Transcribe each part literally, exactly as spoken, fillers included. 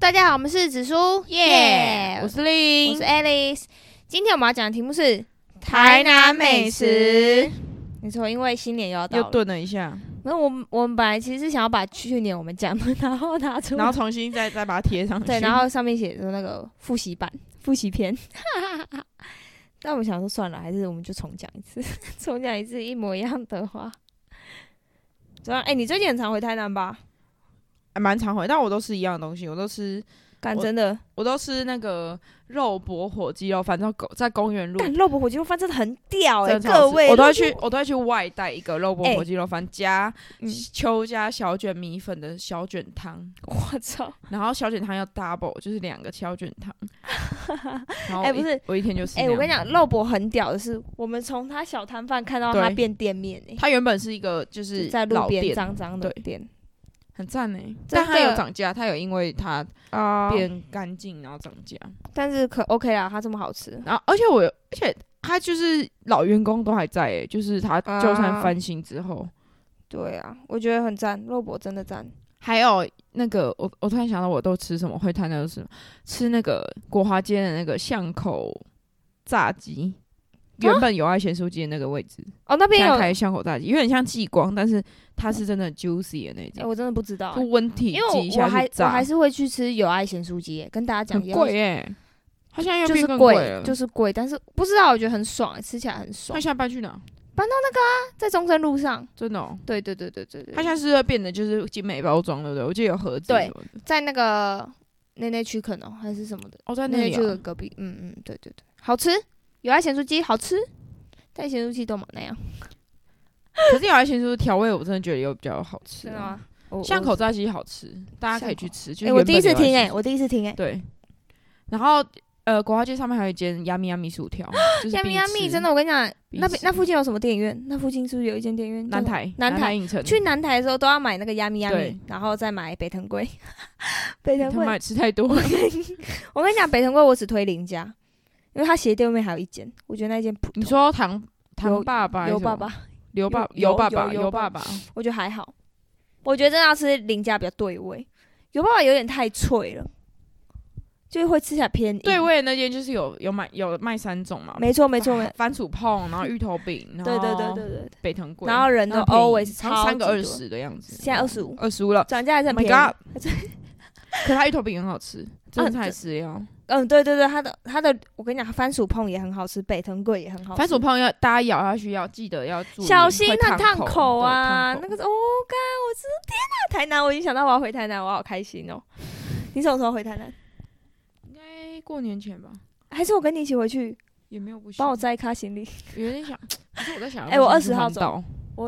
大家好，我们是紫苏， 耶、yeah, 我是林， 我是 Alice。今天我们要讲的题目是台南美食。 没错，因为新年又要到了， 又顿了一下。 那我们我们本来其实是想要把去年我们讲的，然后拿出来， 然后重新再再把它贴上去。 对，然后上面写的那个复习版、复习篇。那我们想说算了，还是我们就重讲一次，重讲一次一模一样的话。怎么样？哎、欸，你最近很常回台南吧？ 还蛮常回，但我都吃一样的东西，我都吃。 干真的， 我都吃那个肉薄火鸡肉饭，在公园路。 干肉薄火鸡肉饭真的很屌哎、欸，各位， 我都会去，我都会去外带一个肉薄火鸡肉饭、欸、加邱家小卷米粉的小卷汤。 我操！ 然后小卷汤要 double， 就是两个小卷汤。哎、 欸，不是， 我一天就吃。 哎、欸，我跟你讲，肉薄很屌的是，我们从他小摊贩看到他变店面哎、欸。 他原本是一个就是在路边脏脏的店。 很赞欸，但它有涨价，它有因为它变干净然后涨价， 但是可 OK 啦，它这么好吃。 然后而且我，而且它就是老员工都还在欸，就是它就算翻新之后，啊对啊，我觉得很赞，肉薄真的赞。 还有那个，我我突然想到，我都吃什么？会谈的是吃那个国华街的那个巷口炸鸡。原本有爱咸酥鸡的那个位置哦，那边有开巷口炸鸡，有点像激光，但是它是真的 juicy 的那种。 欸、我真的不知道、欸， 就温体鸡下去炸。 我还我还是会去吃有爱咸酥鸡，跟大家讲很贵耶，它现在又变更贵了， 就是贵，但是不知道，我觉得很爽，吃起来很爽。 它现在搬去哪？ 搬到那个啊，在中正路上。 真的、哦？ 对对对对对对。 它现在是会变得就是精美包装，对不对？我记得有盒子。 对，在那个内内区可能还是什么的。 哦，在那里、啊。 内内区的隔壁，嗯嗯，对对对，好吃，有爱咸酥鸡好吃。但咸酥鸡都嘛那样， 可是有爱咸酥调味，我真的觉得有比较好吃、啊。 真的吗？ 巷口炸鸡好吃，大家可以去吃。哎、欸， 我第一次听哎、欸，我第一次听哎、欸。 对，然后呃，国华街上面还有一间亚米亚米薯条，就是亚米亚米真的，我跟你讲，那边那附近有什么电影院？那附近是不是有一间电影院？ 南台， 南台影城。 去南台的时候都要买那个亚米亚米，然后再买北藤龟。北藤龟买吃太多。 我跟你讲，北藤龟我只推林家，因为它斜对面还有一间，我觉得那间普通。 你说唐唐爸爸、 刘爸爸、 刘爸、刘爸爸、刘爸爸， 我觉得还好。我觉得真的要吃林家比较对味，刘爸爸有点太脆了。就会吃起来偏硬。 对味的那间就是有有卖有卖三种嘛， 没错没错， 番薯碰，然后芋头饼，然后对对对对对， 北藤龟， 然后人都 always 超三个二十的样子， 现在二十五， 二十五了， 涨价还是很便宜。 Oh my god！ 可它芋头饼很好吃，真材实料。 嗯，对对对，它的它的，我跟你讲，番薯碰也很好吃，北藤龟也很好吃。 番薯碰要大家咬下去要记得要注意， 小心它烫口啊！ 那个哦，干，我真的天哪，台南，我已经想到我要回台南，我好开心哦。你什么时候回台南？ 应该过年前吧。 还是我跟你一起回去？ 也没有不行， 帮我摘一卡行李。 有点想，可是我在想， 哎，我二十号走，我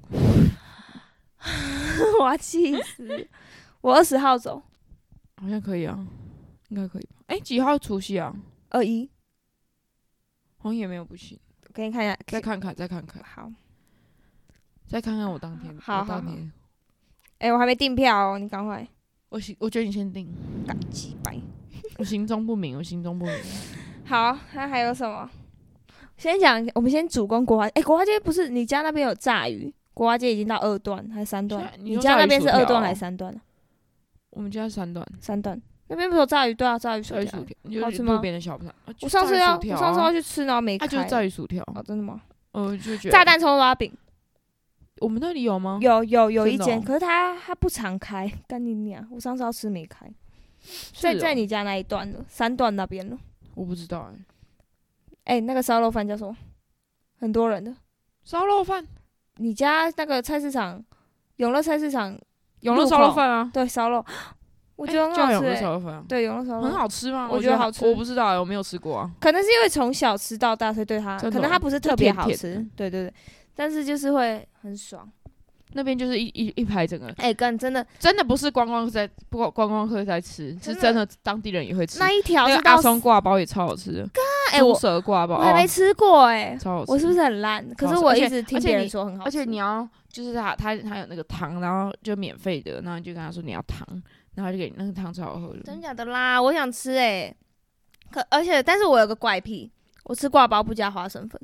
我要气死！我二十号走， 好像可以啊，应该可以吧？哎，几号除夕啊？ 二一， 好像也没有不行。 我给你看一下， 再看看，再看看。 好， 再看看我当天。 好，好， 当天。 哎，我还没订票哦，你赶快。 我我觉得你先订。 干鸡掰！ 我行踪不明，我行踪不明。 好，那还有什么？先讲，我们先主攻国华。哎、欸，国华街不是你家那边有炸鱼？国华街已经到二段还是三段？你家那边是二段还是三段、啊？ 我们家三段。 三段那边不是有炸鱼？对啊，炸鱼薯条，好吃吗？ 路边的小摊、啊。 我上次要，我上次要去吃，然后没开。 啊，就是炸鱼薯条。 哦，真的吗？ 呃，就觉得炸弹葱花饼。 我们那里有吗？ 有有有一间、 哦， 可是它它不常开，干你娘！我上次要吃没开，在、哦、在你家那一段了，三段那边了。 我不知道哎、欸。 哎、欸，那个烧肉饭叫什么？很多人的烧肉饭。 你家那个菜市场，永乐菜市场， 永乐烧肉饭啊？ 对，烧肉，我觉得很好吃、欸。 永乐烧肉饭、啊， 对，永乐烧肉很好吃吗？ 我觉得好吃。 我不知道、欸，我没有吃过啊。 可能是因为从小吃到大，所以对它可能它不是特别好吃。 甜甜对对对，但是就是会很爽。 那边就是一一一排整个， 哎、欸，干真的真的不是观光客在不观光客在吃，是真的当地人也会吃。 那一条是那个阿松挂包也超好吃的， 哎、欸，我蛇挂包我还没吃过哎、欸， 超好吃。 我是不是很烂？可是我一直听别人说很好吃。 而且你要就是他他他有那个汤，然后就免费的，然后你就跟他说你要汤，然后就给你那个汤超好喝的。 真假的啦，我想吃哎、欸，可而且但是我有个怪癖，我吃挂包不加花生粉。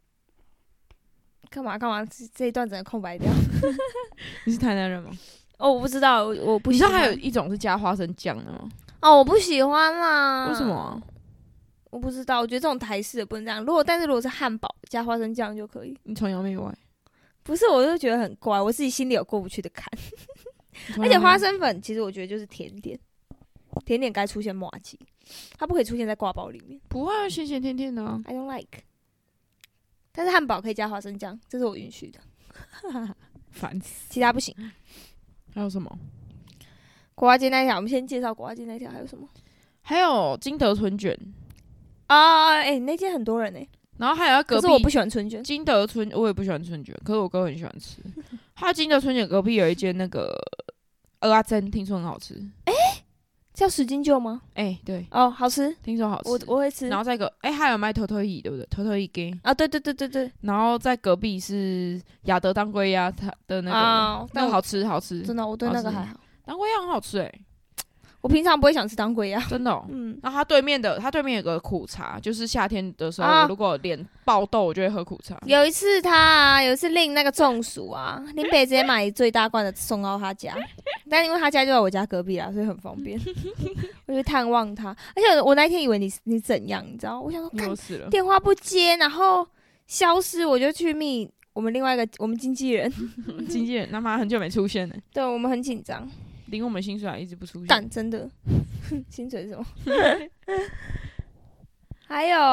干嘛干嘛？这一段整个空白掉。 你是台南人吗？ 哦，我不知道，我我不。 你知道还有一种是加花生酱的吗？ 哦，我不喜欢啦。 为什么、啊？ 我不知道，我觉得这种台式的不能这样。如果但是如果是汉堡加花生酱就可以。 你崇洋媚外？ 不是，我就觉得很怪，我自己心里有过不去的坎。而且花生粉其实我觉得就是甜点，甜点该出现麻糬，它不可以出现在挂包里面。 不会啊，咸咸甜甜的、啊。 I don't like。但是汉堡可以加花生酱，这是我允许的。 烦死。 其他不行。 还有什么？ 国华街那一条，我们先介绍国华街那一条，还有什么？ 还有金德春卷。 啊，哎、欸，那间很多人呢、欸。 然后还有隔壁， 可是我不喜欢春卷。 金德春我也不喜欢春卷，可是我哥很喜欢吃。他金德春卷隔壁有一间那个蚵仔煎，听说很好吃。 哎、欸，叫十金臼吗？ 哎、欸，对。 哦，好吃， 听说好吃。 我我会吃。 然后再一个，哎、欸，还有卖头头椅，对不对？头头椅给啊，对对对对对。 然后在隔壁是雅德当归鸭，它的那个，啊、那个好吃好吃。 真的，我对那个还好。 当归鸭很好吃哎、欸。 我平常不会想吃当归鸭， 真的、哦。 嗯， 然后它对面的，它对面有个苦茶，就是夏天的时候， 啊、 如果脸爆痘，我就会喝苦茶。 有一次他、啊，有一次令那个中暑啊，林北直接买最大罐的送到他家，但因为他家就在我家隔壁啦，所以很方便。我就探望他，而且我那天以为你你怎样，你知道？我想说，干电话不接，然后消失，我就去密我们另外一个我们经纪人， 经纪人他妈很久没出现了， 对我们很紧张。 领我们薪水还一直不出现， 干真的，薪水是什么？还有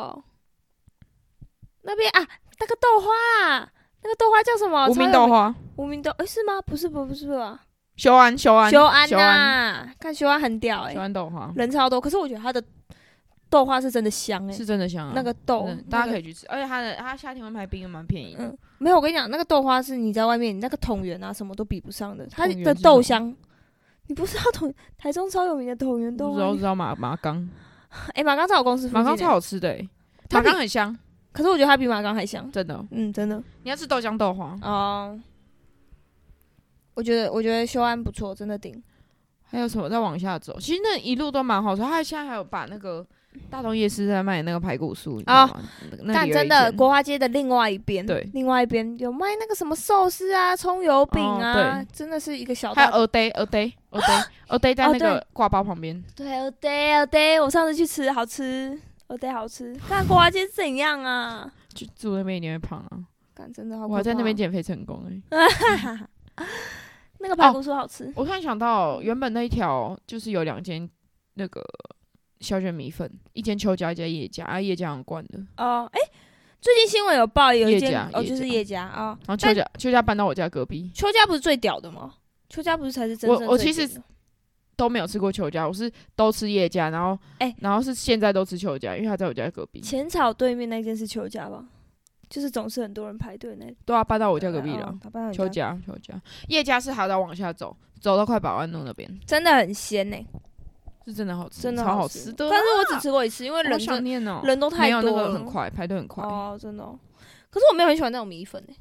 那边啊，那个豆花啊，那个豆花叫什么？ 无名豆花， 无名豆，哎、欸、是吗？不是不不是吧？ 修安修安修安呐，看修安很屌哎、欸， 修安豆花人超多，可是我觉得它的豆花是真的香哎、欸， 是真的香啊， 那个豆、那个、 大家可以去吃，而且它的它夏天会卖冰，蛮便宜的。 嗯，没有，我跟你讲，那个豆花是你在外面，你那个桶圆啊什么都比不上的，它的豆香。你不知道桶台中超有名的桶圆豆花？ 不知道，知道马马冈。 哎、欸，马冈在我公司附近、欸， 马冈超好吃的、欸，马冈很香， 可是我觉得它比马冈还香， 真的。 嗯，真的。 你要吃豆浆豆花哦、呃？我觉得，我觉得修安不错，真的顶。 还有什么？再往下走，其实那一路都蛮好吃。他现在还有把那个大东夜市在卖那个排骨酥，啊， 但真的国华街的另外一边， 对， 另外一边有卖那个什么寿司啊、葱油饼啊、哦，真的是一个小。 还有鹅呆鹅呆鹅呆鹅呆在那个挂包旁边。 对，鹅呆鹅呆，我上次去吃，好吃，鹅呆好吃。看国华街是怎样啊？ 就住那边一定会胖啊！ 干真的好可怕， 我还在那边减肥成功哎、欸。 那个排骨酥好吃、哦。 我突然想到，原本那一条就是有两间那个小卷米粉，一间邱家，一间叶家，啊叶家很关的。 哦，哎、欸，最近新闻有报有一间哦， 叶就是叶家啊。 然后邱家邱家搬到我家隔壁。 邱家不是最屌的吗？邱家不是才是真正最屌的。 我我其实都没有吃过邱家，我是都吃叶家，然后哎、欸，然后是现在都吃邱家，因为他在我家隔壁。 浅草对面那间是邱家吧？就是总是很多人排队那。 对啊，搬到我家隔壁了。 哦、 邱家，邱家，叶家是还要往下走，走到快保安路那边， 真的很鲜呢、欸， 是真的好吃， 真的超好吃的、啊。 但是我只吃过一次，因为人想念哦、 喔，人都太多了， 没有那个很快，排队很快。 哦，真的、喔。可是我没有很喜欢那种米粉诶、欸。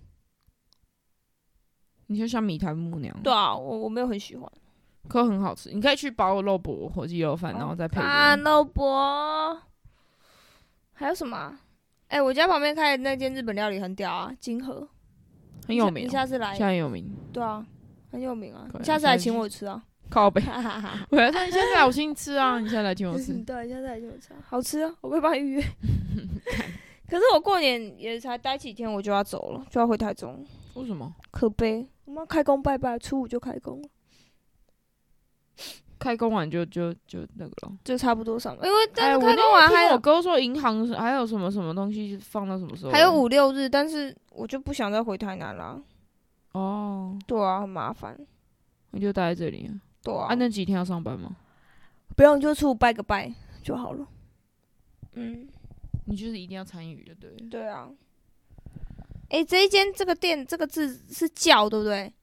你就像米苔木那样。 对啊，我我没有很喜欢。 可很好吃，你可以去包肉薄火鸡肉饭、哦，然后再配啊肉薄。还有什么、啊？哎、欸，我家旁边开的那间日本料理很屌啊，金河， 很有名、喔。 你下次来， 现在很有名。 对啊，很有名啊。你下次来请我吃啊。 靠北。我要说你下次来我请你吃啊，你现在来请我吃。 对，下次来请我吃、啊，好吃啊，我会帮你预约。可是我过年也才待几天，我就要走了，就要回台中。 为什么？ 可悲，我们要开工拜拜，初五就开工了。 开工完就就就那个了， 就差不多上，因为但是开工完还有、 哎、我, 我哥说银行还有什么什么东西放到什么时候？ 还有五六日，但是我就不想再回台南啦。 哦， 对啊，很麻烦。 你就待在这里啊？ 对啊。 啊，那几天要上班吗？ 不用，就初五拜个拜就好了。嗯， 你就是一定要参与的，对。 对啊。哎、欸，这一间这个店这个字是叫对不对？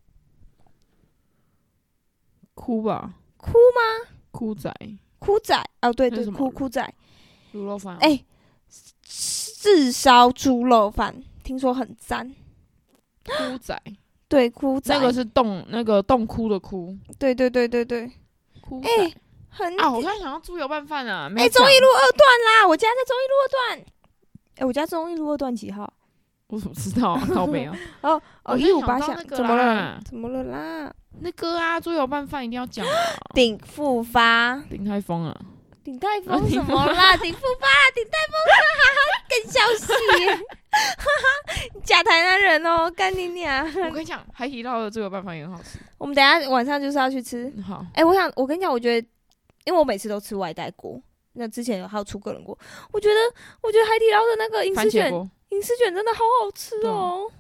哭吧。 哭吗？ 哭仔， 哭仔哦，对对，哭哭仔， 猪肉饭。 哎、欸，炙烧猪肉饭，听说很赞。 哭仔， 对，哭仔， 那个是冻那个冻哭的哭。 对对对对对， 哭仔， 哎、欸，很啊！我突然想到猪油拌饭啊， 哎、欸，忠义路二段啦，我家在忠义路二段。哎、欸，我家忠义路二段几号？ 我怎么知道啊？靠北啊！ 哦哦，一五八项项怎么了？怎么了啦？ 那个啊，猪油拌饭一定要讲啊！ 鼎富发， 鼎泰丰啊！ 鼎泰丰什么啦？鼎富发，鼎泰丰，哈哈，更消息耶！哈哈，假台南人哦，干你娘！ 我跟你讲，海底捞的猪油拌饭也很好吃。 我们等一下晚上就是要去吃。 好， 哎、欸，我想，我跟你讲，我觉得，因为我每次都吃外带锅，那之前有还有出个人锅，我觉得，我觉得海底捞的那个银丝卷，银丝卷真的好好吃哦。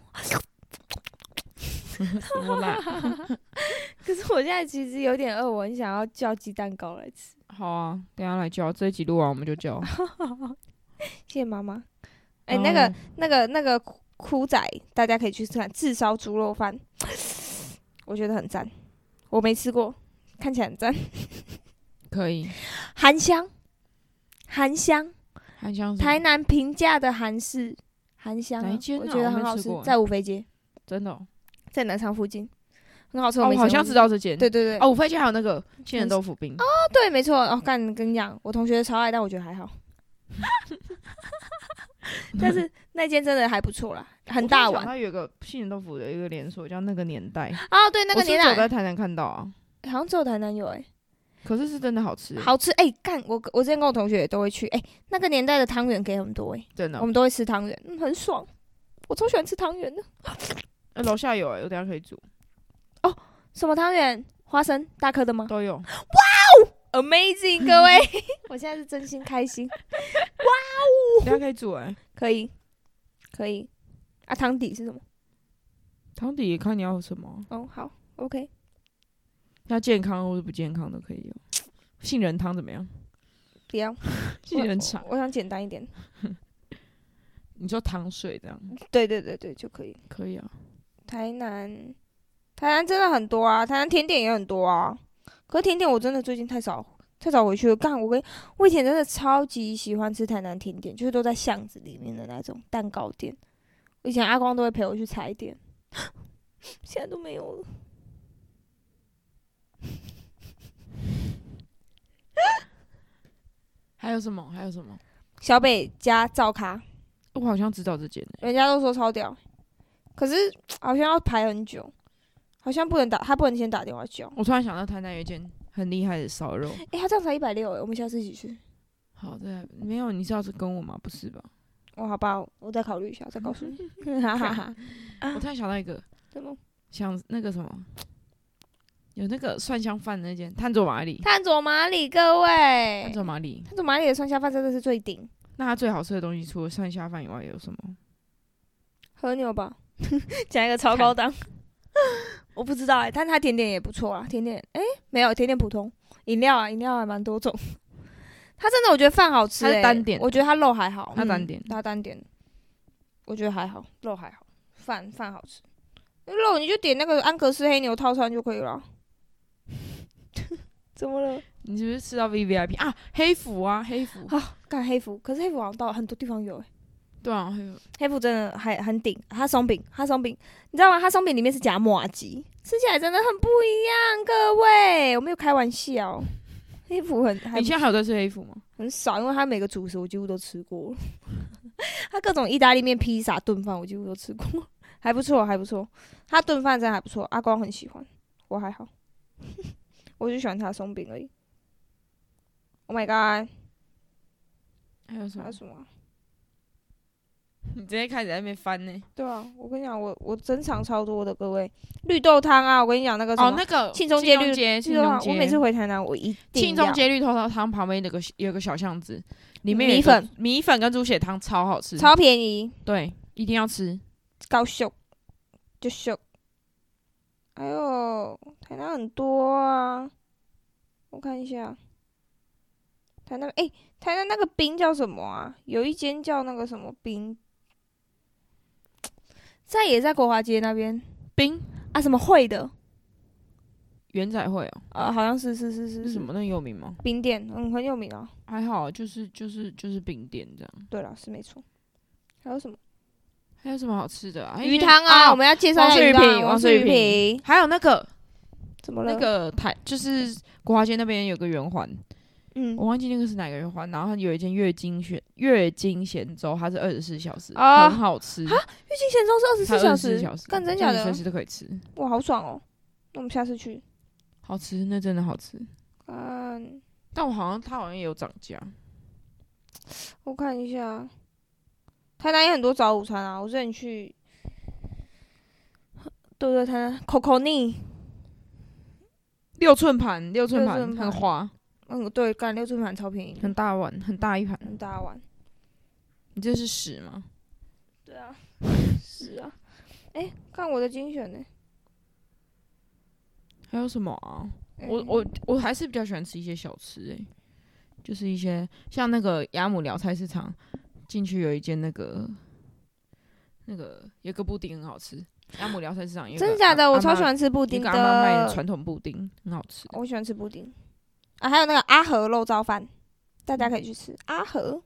什么啦？ 可是我现在其实有点饿，我很想要叫鸡蛋糕来吃。 好啊，等一下来叫，这一集录完我们就叫。 谢谢妈妈。哎、欸，那个、那个、那个哭仔，大家可以去吃看炙烧猪肉饭，我觉得很赞。我没吃过，看起来很赞。 可以。 韩香，韩香， 韩香， 台南平价的韩式韩香、啊， 哪一间啊？ 我觉得很好吃，在五妃街。 真的、哦， 在南昌附近，很好吃。 哦、我好像知道这间。对对对。 哦，五妃街还有那个杏仁豆腐冰。 哦，对，没错。哦，干，跟你讲，我同学超爱，但我觉得还好。但是那间真的还不错啦，很大碗。 它有一个杏仁豆腐的一个连锁，叫那个年代。 哦，对，那个年代。 我在台南看到啊， 好像只有台南有哎、欸。 可是是真的好吃。 好吃哎，干、欸！我我之前跟我同学也都会去哎、欸，那个年代的汤圆给很多哎、欸， 真的、哦， 我们都会吃汤圆，嗯，很爽。我超喜欢吃汤圆的。 呃，楼下有哎、欸，我等一下可以煮。 哦，什么汤圆？花生大颗的吗？ 都有。 哇哦 ，amazing， 各位，我现在是真心开心。哇哦， 等一下可以煮哎、欸， 可以，可以。啊，汤底是什么？ 汤底也看你要什么。 哦，好 ，OK。 要健康或者不健康都可以有。杏仁汤怎么样？ 不要。 杏仁茶我，我想简单一点。 你说糖水这样？ 对对对对，就可以。 可以啊。 台南，台南真的很多啊，台南甜点也很多啊。可是甜点我真的最近太少太少回去了。干，我跟我以前真的超级喜欢吃台南甜点，就是都在巷子里面的那种蛋糕店。以前阿光都会陪我去踩点，现在都没有了。 还有什么？还有什么？ 小北加灶咖， 我好像知道这间、欸， 人家都说超屌，可是好像要排很久，好像不能打，他不能先打电话叫。 我突然想到台南有一间很厉害的烧肉， 哎、欸，他这样才一百六哎，我们下次一起去。 好的，没有，你是要是跟我吗？不是吧？ 哦，好吧，我再考虑一下，再告诉你。 我突然想到一个， 什么？ 想那个什么。有那个蒜香饭那间炭佐麻里， 炭佐麻里，各位， 炭佐麻里， 炭佐麻里的蒜香饭真的是最顶。 那它最好吃的东西，除了蒜香饭以外，有什么？ 和牛吧，讲一个超高档，我不知道哎、欸，但它甜点也不错啊，甜点哎、欸、没有，甜点普通，饮料啊饮料还蛮多种。它真的我觉得饭好吃、欸， 它是单点， 我觉得它肉还好， 它单点， 它、嗯、单点，我觉得还好，肉还好，饭饭好吃。肉你就点那个安格斯黑牛套餐就可以了。怎么了？ 你是不是吃到 V V I P 啊？黑府啊，黑府啊，干黑府，可是黑府好像到很多地方有哎、欸。 对啊，黑府黑府真的还很顶，它松饼，它松饼，你知道吗？它松饼里面是夹麻糬，吃起来真的很不一样，各位，我没有开玩笑。黑府很， 你现在还有在吃黑府吗？ 很少，因为它每个主食我几乎都吃过了。它各种意大利面、披萨、炖饭我几乎都吃过，还不错，还不错。它炖饭真的还不错，阿光很喜欢，我还好。我就喜欢它的松饼而已。Oh my god！ 还有什么？ 还有什么？ 你直接开始在那边翻呢、欸？ 对啊，我跟你讲，我我整场超多的，各位绿豆汤啊！我跟你讲那个什么， 哦，那个庆中街绿庆中街， 我每次回台南，我一定庆中街绿豆汤旁边有个有个小巷子，里面米粉米粉跟猪血汤超好吃， 超便宜， 对，一定要吃， 高秀就秀。哎呦，台南很多啊，我看一下，台南哎、欸，台南那个冰叫什么啊？有一间叫那个什么冰，在也在国华街那边冰啊，什么会的元仔会哦、 啊，好像是是是是是什么？那有名吗？ 冰店，嗯，很有名啊。 还好，就是就是就是饼店这样。 对了，是没错。还有什么？ 还有什么好吃的啊？ 鱼汤啊，我们要介绍一下鱼汤。 王氏鱼皮，还有那个怎么了？ 那个台就是国华街那边有个圆环， 嗯， 我忘记那个是哪个月花，然后它有一间月经咸月经咸粥，它是二十四小时， 啊很好吃。 月经咸粥是二十四小时， 小时， 干真假的？ 随时都可以吃。 哇，好爽哦！那我们下次去。 好吃，那真的好吃。 嗯， 但我好像它好像也有涨价。 我看一下，台南也很多早午餐啊。我之前去，对对，台南 Coco 尼六寸盘，六寸盘六寸盘很滑， 嗯，对，干六寸盘超便宜的， 很大碗，很大一盘。 很大碗。 你这是屎吗？ 对啊，是啊。哎、欸，看我的精选呢、欸。 还有什么啊？ 欸、 我我我还是比较喜欢吃一些小吃诶、欸，就是一些像那个雅姆寮菜市场进去有一间那个那个有个布丁很好吃。雅姆寮菜市场有个真的假的？我超喜欢欢吃布丁的。 一个阿妈卖的传统布丁很好吃。 我喜欢吃布丁啊，还有那个阿和肉燥饭，大家可以去吃阿和，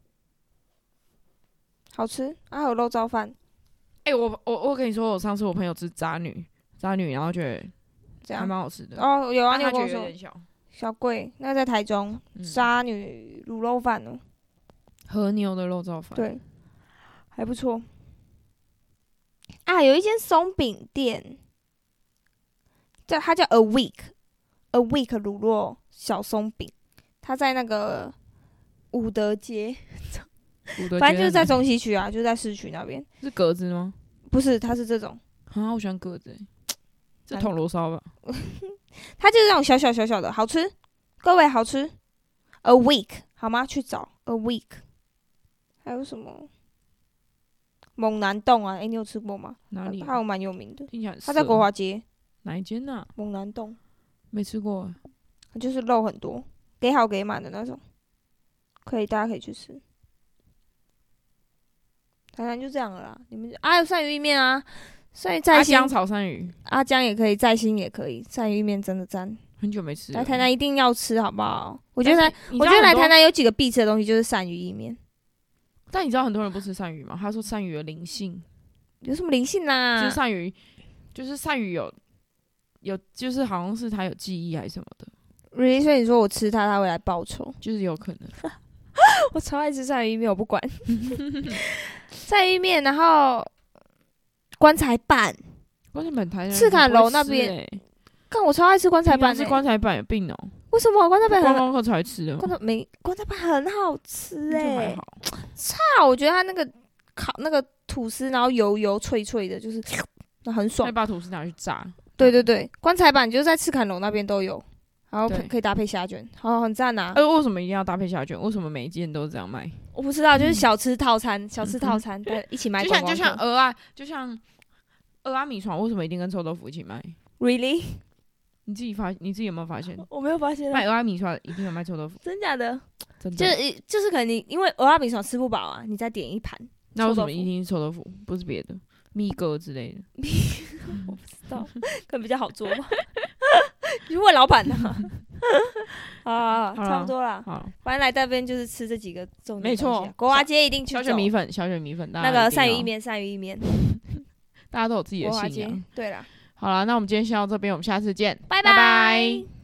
好吃。阿和肉燥饭。 哎、欸，我我我跟你说，我上次我朋友吃渣女渣女，然后觉得这样还蛮好吃的。 哦，有啊，你有但他跟我说觉得有点小。 小贵，那个在台中渣、嗯、女卤肉饭哦， 和牛的肉燥饭， 对，还不错。啊，有一间松饼店，叫它叫 A Week，A Week 卤肉小松饼，它在那个武德街， 武德街反正就是在中西区啊，就在市区那边。 是格子吗？ 不是，它是这种。 啊，我喜欢格子、欸，这铜锣烧吧。 它就是那种小小小小的，好吃，各位好吃。A Week 好吗？去找 A Week。还有什么？猛男洞啊，哎、欸，你有吃过吗？ 哪里、啊？ 它有蛮有名的， 听起来它在国华街。 哪一间啊？ 猛男洞。 没吃过、欸， 就是肉很多，给好给满的那种，可以，大家可以去吃。台南就这样了啦，你们啊有鳝鱼意面啊，鳝鱼在新阿江炒鳝鱼， 阿江也可以，在新也可以，鳝鱼意面真的赞。 很久没吃了， 来台南一定要吃，好不好？我觉得来，我觉得来台南有几个必吃的东西，就是鳝鱼意面。 但你知道很多人不吃鳝鱼吗？他说鳝鱼的灵性， 有什么灵性啦、 啊？就是鳝鱼，就是鳝鱼有有，就是好像是它有记忆还是什么的。 really？ 所以你说我吃它，它会来报仇？ 就是有可能。 我超爱吃鳝鱼意面，我不管。鳝鱼意面，然后棺材板， 棺材板台南赤坎楼那边。看我超爱吃棺材板、欸， 吃棺材板有病哦、喔。 为什么棺材板很？ 观光客才吃的。 棺材没棺材板很好吃哎、欸， 好操！我觉得它那个烤那个吐司，然后油油脆脆的，就是那很爽。 可以把吐司拿去炸。 对对对，棺材板就是在赤坎楼那边都有，然后可以搭配虾卷，好很赞啊！ 呃，为什么一定要搭配虾卷？为什么每一件都这样卖？ 我不知道，就是小吃套餐，嗯、小吃套餐在一起卖。 就像就像鹅啊，就像鹅啊米床，为什么一定跟臭豆腐一起卖 ？Really？ 你自己发，你自己有没有发现？ 我没有发现。 卖鹅阿米刷一定有卖臭豆腐， 真假的？ 真的。 就是就是可能你因为鹅阿米刷吃不饱啊，你再点一盘。 那为什么一定是臭豆腐？不是别的，蜜哥之类的。 我不知道，可能比较好做吧。你问老板啊。啊，差不多啦。好，反正来这边就是吃这几个重点。 没错， 国华街一定去。 小卷米粉，小卷米粉， 那个鳝鱼意面，鳝鱼意面。 大家都有自己的信仰。 对啦。 好了，那我们今天先到这边，我们下次见， 拜拜。